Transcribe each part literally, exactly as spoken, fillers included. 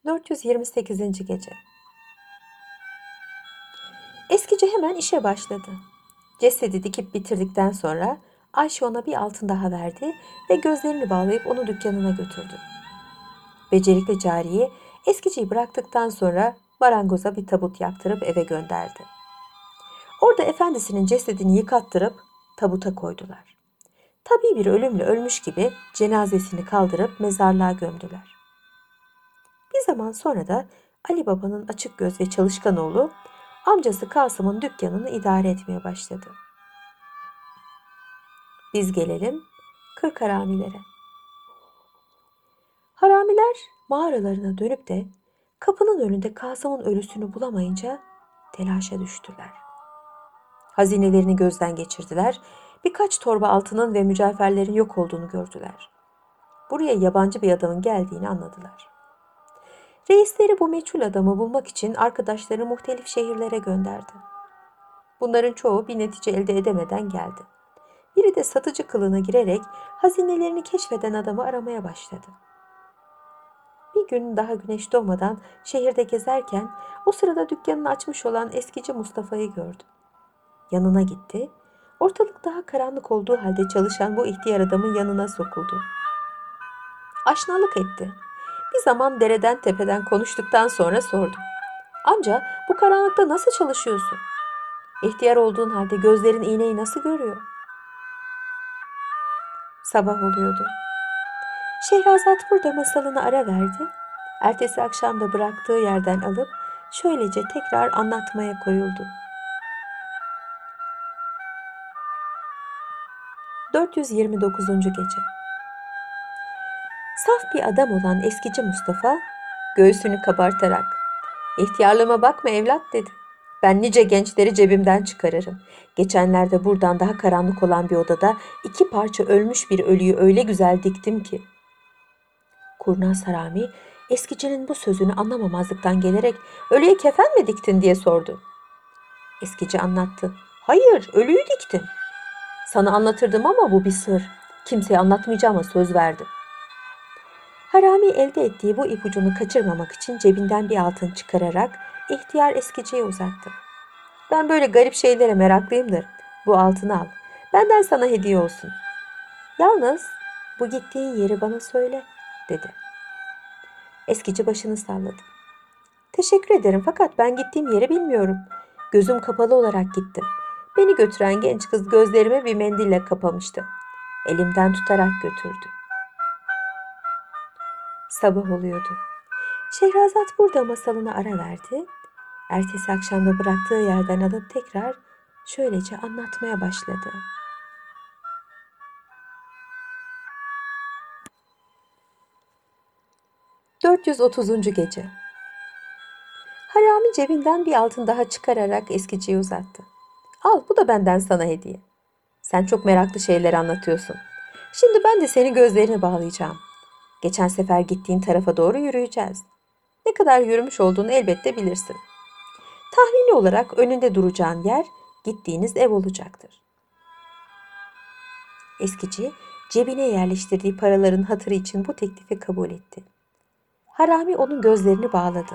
dört yüz yirmi sekizinci gece. Eskici hemen işe başladı. Cesedi dikip bitirdikten sonra Ayşe ona bir altın daha verdi ve gözlerini bağlayıp onu dükkanına götürdü. Becerikli cariye eskiciyi bıraktıktan sonra marangoza bir tabut yaptırıp eve gönderdi. Orada efendisinin cesedini yıkattırıp tabuta koydular. Tabii bir ölümle ölmüş gibi cenazesini kaldırıp mezarlığa gömdüler. Bir zaman sonra da Ali Baba'nın açık göz ve çalışkan oğlu amcası Kasım'ın dükkanını idare etmeye başladı. Biz gelelim kırk haramilere. Haramiler mağaralarına dönüp de kapının önünde Kasım'ın ölüsünü bulamayınca telaşa düştüler. Hazinelerini gözden geçirdiler, birkaç torba altının ve mücevherlerin yok olduğunu gördüler. Buraya yabancı bir adamın geldiğini anladılar. Reisleri bu meçhul adamı bulmak için arkadaşlarını muhtelif şehirlere gönderdi. Bunların çoğu bir netice elde edemeden geldi. Biri de satıcı kılığına girerek hazinelerini keşfeden adamı aramaya başladı. Bir gün daha güneş doğmadan şehirde gezerken o sırada dükkanını açmış olan eskici Mustafa'yı gördü. Yanına gitti. Ortalık daha karanlık olduğu halde çalışan bu ihtiyar adamın yanına sokuldu. Aşnalık etti. Bir zaman dereden tepeden konuştuktan sonra sordu. Amca, bu karanlıkta nasıl çalışıyorsun? İhtiyar olduğun halde gözlerin iğneyi nasıl görüyor? Sabah oluyordu. Şehrazat burada masalını ara verdi. Ertesi akşam da bıraktığı yerden alıp şöylece tekrar anlatmaya koyuldu. dört yüz yirmi dokuzuncu gece. Saf bir adam olan eskici Mustafa göğsünü kabartarak "İhtiyarlığıma bakma evlat" dedi. "Ben nice gençleri cebimden çıkarırım. Geçenlerde buradan daha karanlık olan bir odada iki parça ölmüş bir ölüyü öyle güzel diktim ki." Kurnaz Harami eskicinin bu sözünü anlamamazlıktan gelerek "Ölüye kefen mi diktin?" diye sordu. Eskici anlattı. "Hayır, ölüyü diktim. Sana anlatırdım ama bu bir sır. Kimseye anlatmayacağıma söz verdim." Harami elde ettiği bu ipucunu kaçırmamak için cebinden bir altın çıkararak ihtiyar eskiciye uzattı. "Ben böyle garip şeylere meraklıyımdır. Bu altını al. Benden sana hediye olsun. Yalnız bu gittiğin yeri bana söyle" dedi. Eskici başını salladı. "Teşekkür ederim fakat ben gittiğim yeri bilmiyorum. Gözüm kapalı olarak gittim. Beni götüren genç kız gözlerimi bir mendille kapamıştı. Elimden tutarak götürdü." Sabah oluyordu. Şehrazat burada masalına ara verdi. Ertesi akşamda bıraktığı yerden alıp tekrar şöylece anlatmaya başladı. dört yüz otuzuncu gece. Harami cebinden bir altın daha çıkararak eskiciye uzattı. "Al, bu da benden sana hediye. Sen çok meraklı şeyler anlatıyorsun. Şimdi ben de senin gözlerini bağlayacağım. Geçen sefer gittiğin tarafa doğru yürüyeceğiz. Ne kadar yürümüş olduğunu elbette bilirsin. Tahmini olarak önünde duracağın yer gittiğiniz ev olacaktır." Eskici cebine yerleştirdiği paraların hatırı için bu teklifi kabul etti. Harami onun gözlerini bağladı.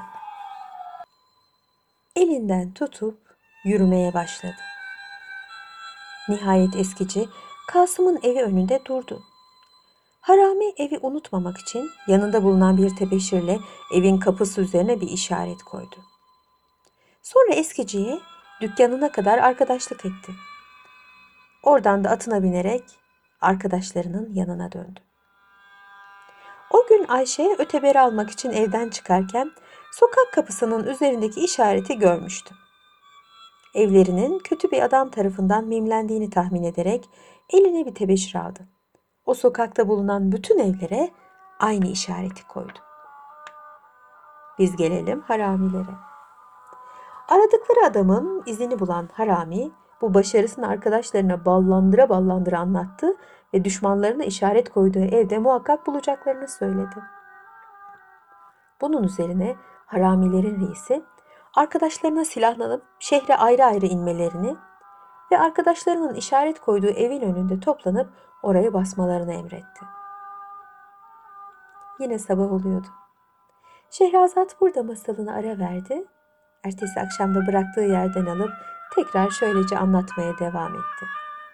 Elinden tutup yürümeye başladı. Nihayet eskici Kasım'ın evi önünde durdu. Harami evi unutmamak için yanında bulunan bir tebeşirle evin kapısı üzerine bir işaret koydu. Sonra eskiciye dükkanına kadar arkadaşlık etti. Oradan da atına binerek arkadaşlarının yanına döndü. O gün Ayşe öteberi almak için evden çıkarken sokak kapısının üzerindeki işareti görmüştü. Evlerinin kötü bir adam tarafından mimlendiğini tahmin ederek eline bir tebeşir aldı. O sokakta bulunan bütün evlere aynı işareti koydu. Biz gelelim haramilere. Aradıkları adamın izini bulan Harami bu başarısını arkadaşlarına ballandıra ballandıra anlattı ve düşmanlarına işaret koyduğu evde muhakkak bulacaklarını söyledi. Bunun üzerine haramilerin reisi arkadaşlarına silahlanıp şehre ayrı ayrı inmelerini ve arkadaşlarının işaret koyduğu evin önünde toplanıp orayı basmalarını emretti. Yine sabah oluyordu. Şehrazat burada masalını ara verdi. Ertesi akşam da bıraktığı yerden alıp tekrar şöylece anlatmaya devam etti.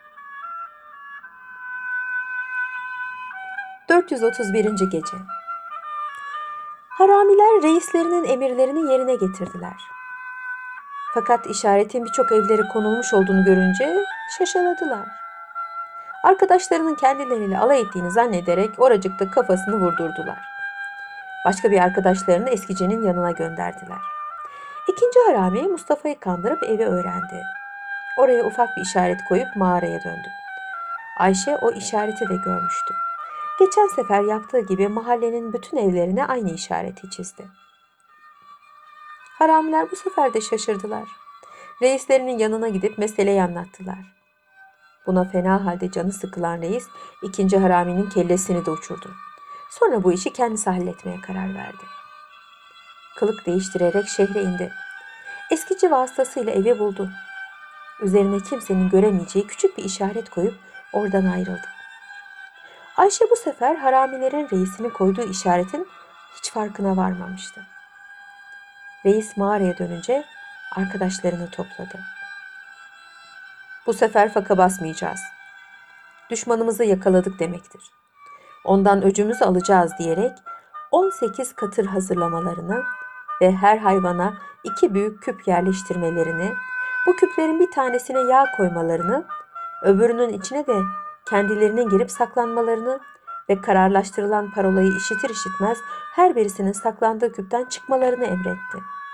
dört yüz otuz birinci. Gece. Haramiler reislerinin emirlerini yerine getirdiler. Fakat işaretin birçok evlere konulmuş olduğunu görünce şaşaladılar. Arkadaşlarının kendileriyle alay ettiğini zannederek oracıkta kafasını vurdurdular. Başka bir arkadaşlarını eskicinin yanına gönderdiler. İkinci harami Mustafa'yı kandırıp evi öğrendi. Oraya ufak bir işaret koyup mağaraya döndü. Ayşe o işareti de görmüştü. Geçen sefer yaptığı gibi mahallenin bütün evlerine aynı işareti çizdi. Haramiler bu sefer de şaşırdılar. Reislerinin yanına gidip meseleyi anlattılar. Buna fena halde canı sıkılan reis ikinci haraminin kellesini de uçurdu. Sonra bu işi kendisi halletmeye karar verdi. Kılık değiştirerek şehre indi. Eskici vasıtasıyla evi buldu. Üzerine kimsenin göremeyeceği küçük bir işaret koyup oradan ayrıldı. Ayşe bu sefer haramilerin reisinin koyduğu işaretin hiç farkına varmamıştı. Reis mağaraya dönünce arkadaşlarını topladı. Bu sefer faka basmayacağız. Düşmanımızı yakaladık demektir. Ondan öcümüzü alacağız diyerek on sekiz katır hazırlamalarını ve her hayvana iki büyük küp yerleştirmelerini, bu küplerin bir tanesine yağ koymalarını, öbürünün içine de kendilerinin girip saklanmalarını ve kararlaştırılan parolayı işitir işitmez her birisinin saklandığı küpten çıkmalarını emretti.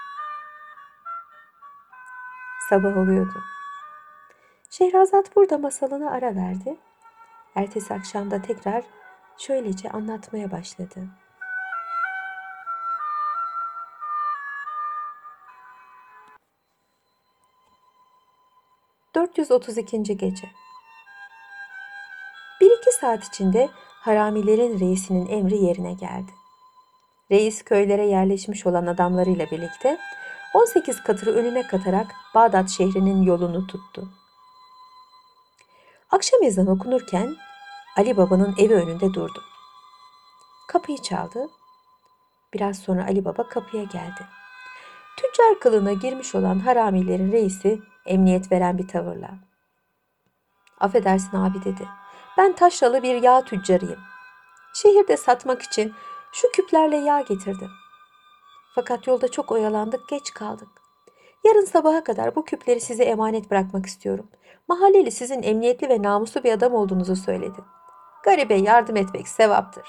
Sabah oluyordu. Şehrazat burada masalına ara verdi. Ertesi akşamda tekrar şöylece anlatmaya başladı. dört yüz otuz ikinci. Gece. Bir iki saat içinde haramilerin reisinin emri yerine geldi. Reis köylere yerleşmiş olan adamlarıyla birlikte on sekiz katırı önüne katarak Bağdat şehrinin yolunu tuttu. Akşam ezanı okunurken Ali Baba'nın evi önünde durdu. Kapıyı çaldı. Biraz sonra Ali Baba kapıya geldi. Tüccar kılığına girmiş olan haramilerin reisi emniyet veren bir tavırla: "Affedersin abi," dedi. "Ben taşralı bir yağ tüccarıyım. Şehirde satmak için şu küplerle yağ getirdim. Fakat yolda çok oyalandık, geç kaldık. Yarın sabaha kadar bu küpleri size emanet bırakmak istiyorum. Mahalleli sizin emniyetli ve namuslu bir adam olduğunuzu söyledi. Garibe yardım etmek sevaptır."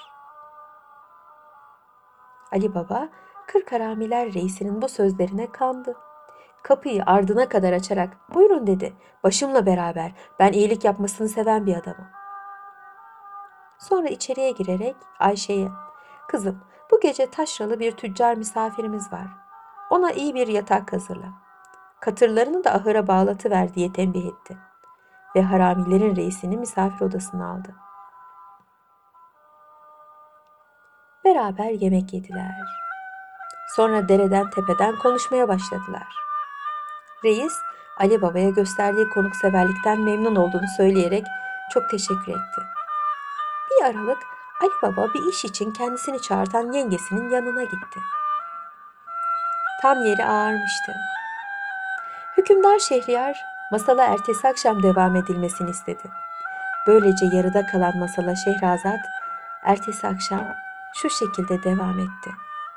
Ali Baba, kırk haramiler reisinin bu sözlerine kandı. Kapıyı ardına kadar açarak "Buyurun," dedi. "Başımla beraber, ben iyilik yapmasını seven bir adamım." Sonra içeriye girerek Ayşe'ye: "Kızım, bu gece taşralı bir tüccar misafirimiz var. Ona iyi bir yatak hazırla. Katırlarını da ahıra bağlatıver," diye tembih etti. Ve haramilerin reisini misafir odasına aldı. Beraber yemek yediler. Sonra dereden tepeden konuşmaya başladılar. Reis, Ali Baba'ya gösterdiği konukseverlikten memnun olduğunu söyleyerek çok teşekkür etti. Bir aralık Ali Baba bir iş için kendisini çağırtan yengesinin yanına gitti. Tam yeri ağarmıştı. Hükümdar Şehriyar masala ertesi akşam devam edilmesini istedi. Böylece yarıda kalan masala Şehrazat ertesi akşam şu şekilde devam etti.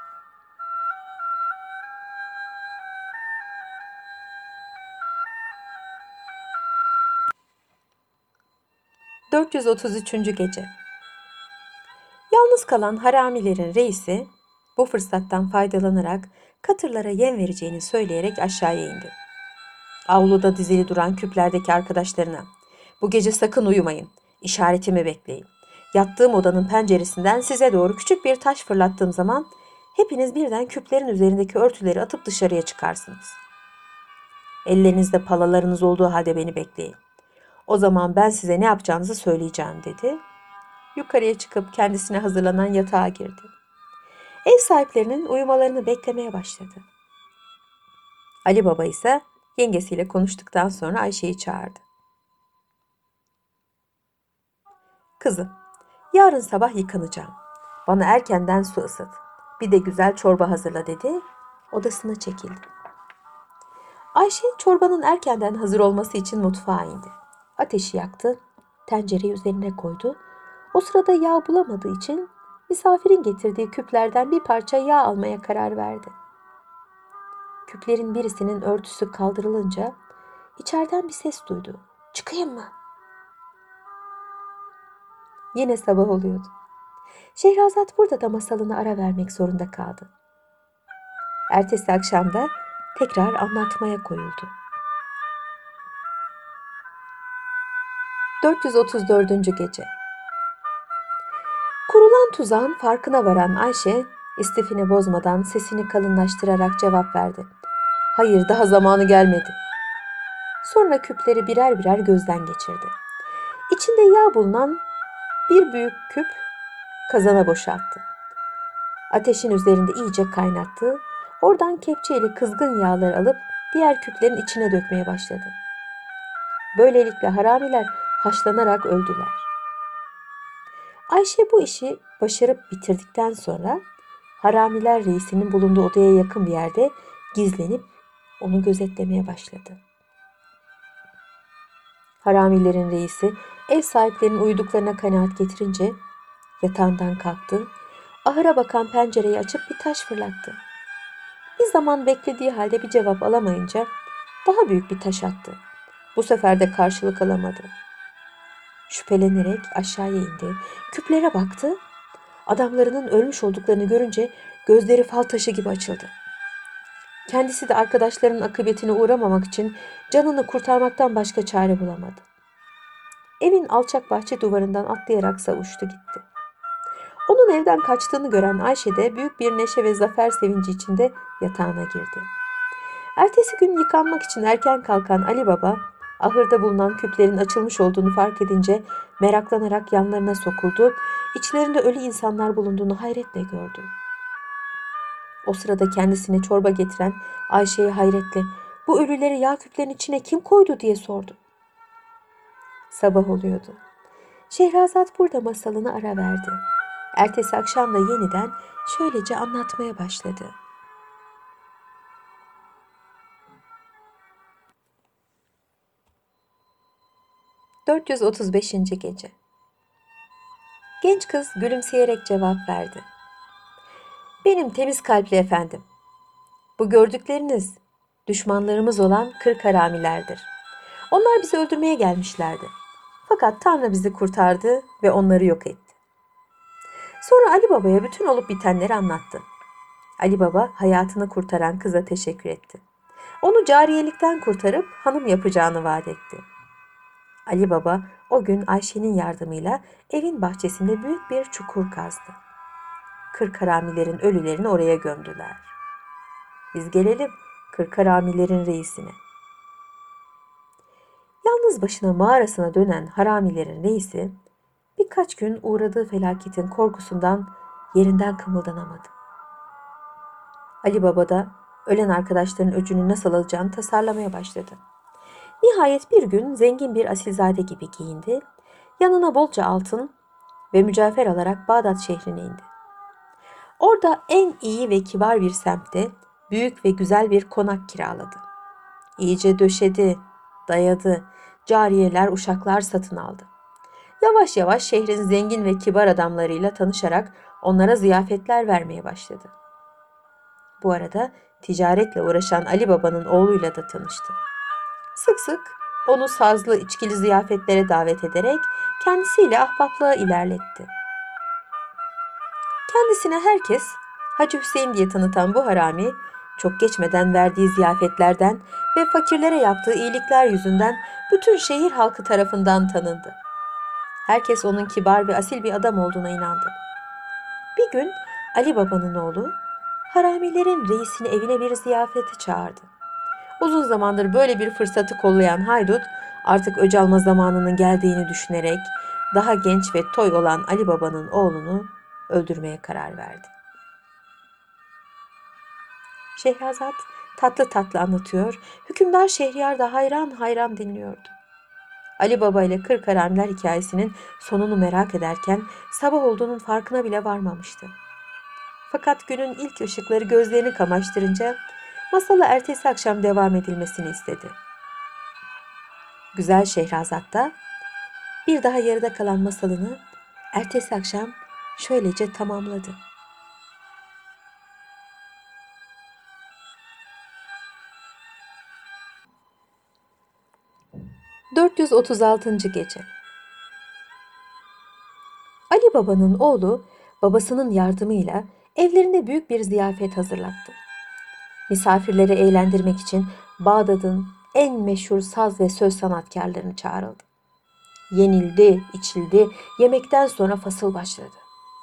dört yüz otuz üçüncü. Gece. Yalnız kalan haramilerin reisi bu fırsattan faydalanarak katırlara yem vereceğini söyleyerek aşağıya indi. Avluda dizili duran küplerdeki arkadaşlarına: "Bu gece sakın uyumayın. İşaretimi bekleyin. Yattığım odanın penceresinden size doğru küçük bir taş fırlattığım zaman hepiniz birden küplerin üzerindeki örtüleri atıp dışarıya çıkarsınız. Ellerinizde palalarınız olduğu halde beni bekleyin. O zaman ben size ne yapacağınızı söyleyeceğim," dedi. Yukarıya çıkıp kendisine hazırlanan yatağa girdi. Ev sahiplerinin uyumalarını beklemeye başladı. Ali Baba ise yengesiyle konuştuktan sonra Ayşe'yi çağırdı. "Kızım, yarın sabah yıkanacağım. Bana erkenden su ısıt. Bir de güzel çorba hazırla dedi. Odasına çekildi. Ayşe çorbanın erkenden hazır olması için mutfağa indi. Ateşi yaktı, tencereyi üzerine koydu. O sırada yağ bulamadığı için misafirin getirdiği küplerden bir parça yağ almaya karar verdi. Küplerin birisinin örtüsü kaldırılınca içeriden bir ses duydu. "Çıkayım mı?" Yine sabah oluyordu. Şehrazat burada da masalına ara vermek zorunda kaldı. Ertesi akşam da tekrar anlatmaya koyuldu. dört yüz otuz dördüncü gece. Kurulan tuzağın farkına varan Ayşe, istifini bozmadan sesini kalınlaştırarak cevap verdi. "Hayır, daha zamanı gelmedi." Sonra küpleri birer birer gözden geçirdi. İçinde yağ bulunan bir büyük küp kazana boşalttı. Ateşin üzerinde iyice kaynattı. Oradan kepçeyle kızgın yağları alıp diğer küplerin içine dökmeye başladı. Böylelikle haramiler haşlanarak öldüler. Ayşe bu işi başarıp bitirdikten sonra haramiler reisinin bulunduğu odaya yakın bir yerde gizlenip onu gözetlemeye başladı. Haramilerin reisi ev sahiplerinin uyuduklarına kanaat getirince yatağından kalktı, ahıra bakan pencereyi açıp bir taş fırlattı. Bir zaman beklediği halde bir cevap alamayınca daha büyük bir taş attı. Bu sefer de karşılık alamadı. Şüphelenerek aşağıya indi, küplere baktı. Adamlarının ölmüş olduklarını görünce gözleri fal taşı gibi açıldı. Kendisi de arkadaşlarının akıbetine uğramamak için canını kurtarmaktan başka çare bulamadı. Evin alçak bahçe duvarından atlayarak savuştu gitti. Onun evden kaçtığını gören Ayşe de büyük bir neşe ve zafer sevinci içinde yatağına girdi. Ertesi gün yıkanmak için erken kalkan Ali Baba, ahırda bulunan küplerin açılmış olduğunu fark edince meraklanarak yanlarına sokuldu, içlerinde ölü insanlar bulunduğunu hayretle gördü. O sırada kendisine çorba getiren Ayşe'ye hayretle "Bu ölüleri yağ küplerin içine kim koydu?" diye sordu. Sabah oluyordu. Şehrazat burada masalını ara verdi. Ertesi akşam da yeniden şöylece anlatmaya başladı. dört yüz otuz beşinci gece. Genç kız gülümseyerek cevap verdi. "Benim temiz kalpli efendim, bu gördükleriniz düşmanlarımız olan kırk haramilerdir. Onlar bizi öldürmeye gelmişlerdi. Fakat Tanrı bizi kurtardı ve onları yok etti." Sonra Ali Baba'ya bütün olup bitenleri anlattı. Ali Baba hayatını kurtaran kıza teşekkür etti. Onu cariyelikten kurtarıp hanım yapacağını vaat etti. Ali Baba o gün Ayşe'nin yardımıyla evin bahçesinde büyük bir çukur kazdı. Kırk haramilerin ölülerini oraya gömdüler. Biz gelelim kırk haramilerin reisine. Yalnız başına mağarasına dönen haramilerin reisi birkaç gün uğradığı felaketin korkusundan yerinden kımıldanamadı. Ali Baba da ölen arkadaşların öcünü nasıl alacağını tasarlamaya başladı. Nihayet bir gün zengin bir asilzade gibi giyindi, yanına bolca altın ve mücevher alarak Bağdat şehrine indi. Orada en iyi ve kibar bir semtte büyük ve güzel bir konak kiraladı. İyice döşedi, dayadı, cariyeler, uşaklar satın aldı. Yavaş yavaş şehrin zengin ve kibar adamlarıyla tanışarak onlara ziyafetler vermeye başladı. Bu arada ticaretle uğraşan Ali Baba'nın oğluyla da tanıştı. Sık sık onu sazlı içkili ziyafetlere davet ederek kendisiyle ahbaplığa ilerletti. Kendisine herkes Hacı Hüseyin diye tanıtan bu harami, çok geçmeden verdiği ziyafetlerden ve fakirlere yaptığı iyilikler yüzünden bütün şehir halkı tarafından tanındı. Herkes onun kibar ve asil bir adam olduğuna inandı. Bir gün Ali Baba'nın oğlu haramilerin reisini evine bir ziyafete çağırdı. Uzun zamandır böyle bir fırsatı kollayan haydut artık öc alma zamanının geldiğini düşünerek daha genç ve toy olan Ali Baba'nın oğlunu öldürmeye karar verdi. Şehrazat tatlı tatlı anlatıyor, hükümdar Şehriyar da hayran hayran dinliyordu. Ali Baba ile Kırk Haramiler hikayesinin sonunu merak ederken sabah olduğunun farkına bile varmamıştı. Fakat günün ilk ışıkları gözlerini kamaştırınca masala ertesi akşam devam edilmesini istedi. Güzel Şehrazat da bir daha yarıda kalan masalını ertesi akşam şöylece tamamladı. dört yüz otuz altıncı. Gece. Ali Baba'nın oğlu babasının yardımıyla evlerinde büyük bir ziyafet hazırlattı. Misafirleri eğlendirmek için Bağdat'ın en meşhur saz ve söz sanatkarlarını çağrıldı. Yenildi, içildi, yemekten sonra fasıl başladı.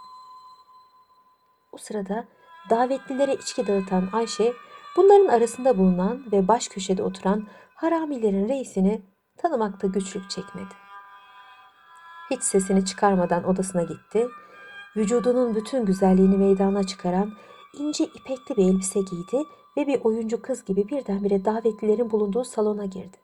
O sırada davetlilere içki dağıtan Ayşe, bunların arasında bulunan ve baş köşede oturan haramilerin reisini tanımakta güçlük çekmedi. Hiç sesini çıkarmadan odasına gitti, vücudunun bütün güzelliğini meydana çıkaran ince ipekli bir elbise giydi ve bir oyuncu kız gibi birdenbire davetlilerin bulunduğu salona girdi.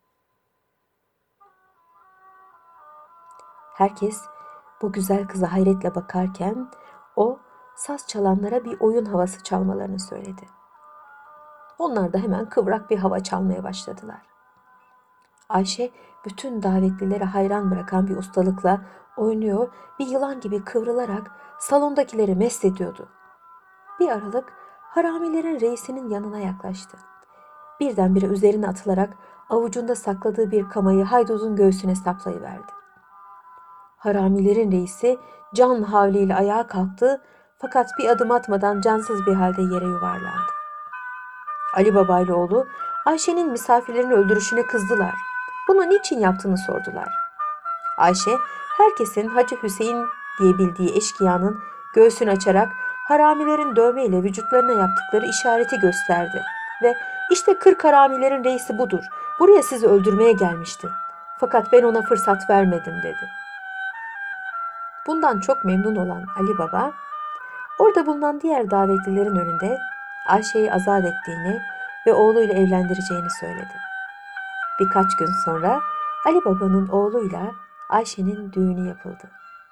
Herkes bu güzel kıza hayretle bakarken o saz çalanlara bir oyun havası çalmalarını söyledi. Onlar da hemen kıvrak bir hava çalmaya başladılar. Ayşe bütün davetlileri hayran bırakan bir ustalıkla oynuyor, bir yılan gibi kıvrılarak salondakileri mest ediyordu. Bir aralık haramilerin reisinin yanına yaklaştı. Birdenbire üzerine atılarak avucunda sakladığı bir kamayı haydutun göğsüne saplayıverdi. Haramilerin reisi can havliyle ayağa kalktı fakat bir adım atmadan cansız bir halde yere yuvarlandı. Ali Baba ile oğlu Ayşe'nin misafirlerini öldürüşüne kızdılar. Bunu niçin yaptığını sordular. Ayşe herkesin Hacı Hüseyin diye bildiği eşkıyanın göğsünü açarak haramilerin dövmeyle vücutlarına yaptıkları işareti gösterdi ve işte kırk haramilerin reisi budur. Buraya sizi öldürmeye gelmişti. Fakat ben ona fırsat vermedim dedi. Bundan çok memnun olan Ali Baba, orada bulunan diğer davetlilerin önünde Ayşe'yi azat ettiğini ve oğluyla evlendireceğini söyledi. Birkaç gün sonra Ali Baba'nın oğluyla Ayşe'nin düğünü yapıldı.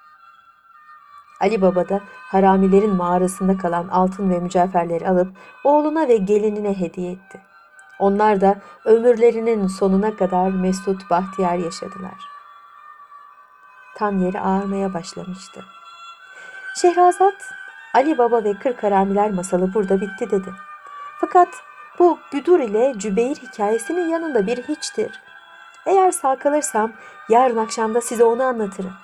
Ali Baba da haramilerin mağarasında kalan altın ve mücevherleri alıp oğluna ve gelinine hediye etti. Onlar da ömürlerinin sonuna kadar mesut bahtiyar yaşadılar. Tan yeri ağarmaya başlamıştı. Şehrazat, Ali Baba ve Kırk Haramiler masalı burada bitti dedi. Fakat bu Büdur ile Cübeyr hikayesinin yanında bir hiçtir. Eğer sağ kalırsam yarın akşamda size onu anlatırım.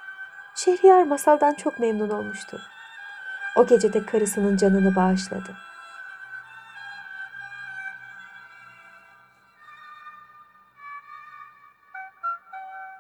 Şehriyar masaldan çok memnun olmuştu. O gece de karısının canını bağışladı.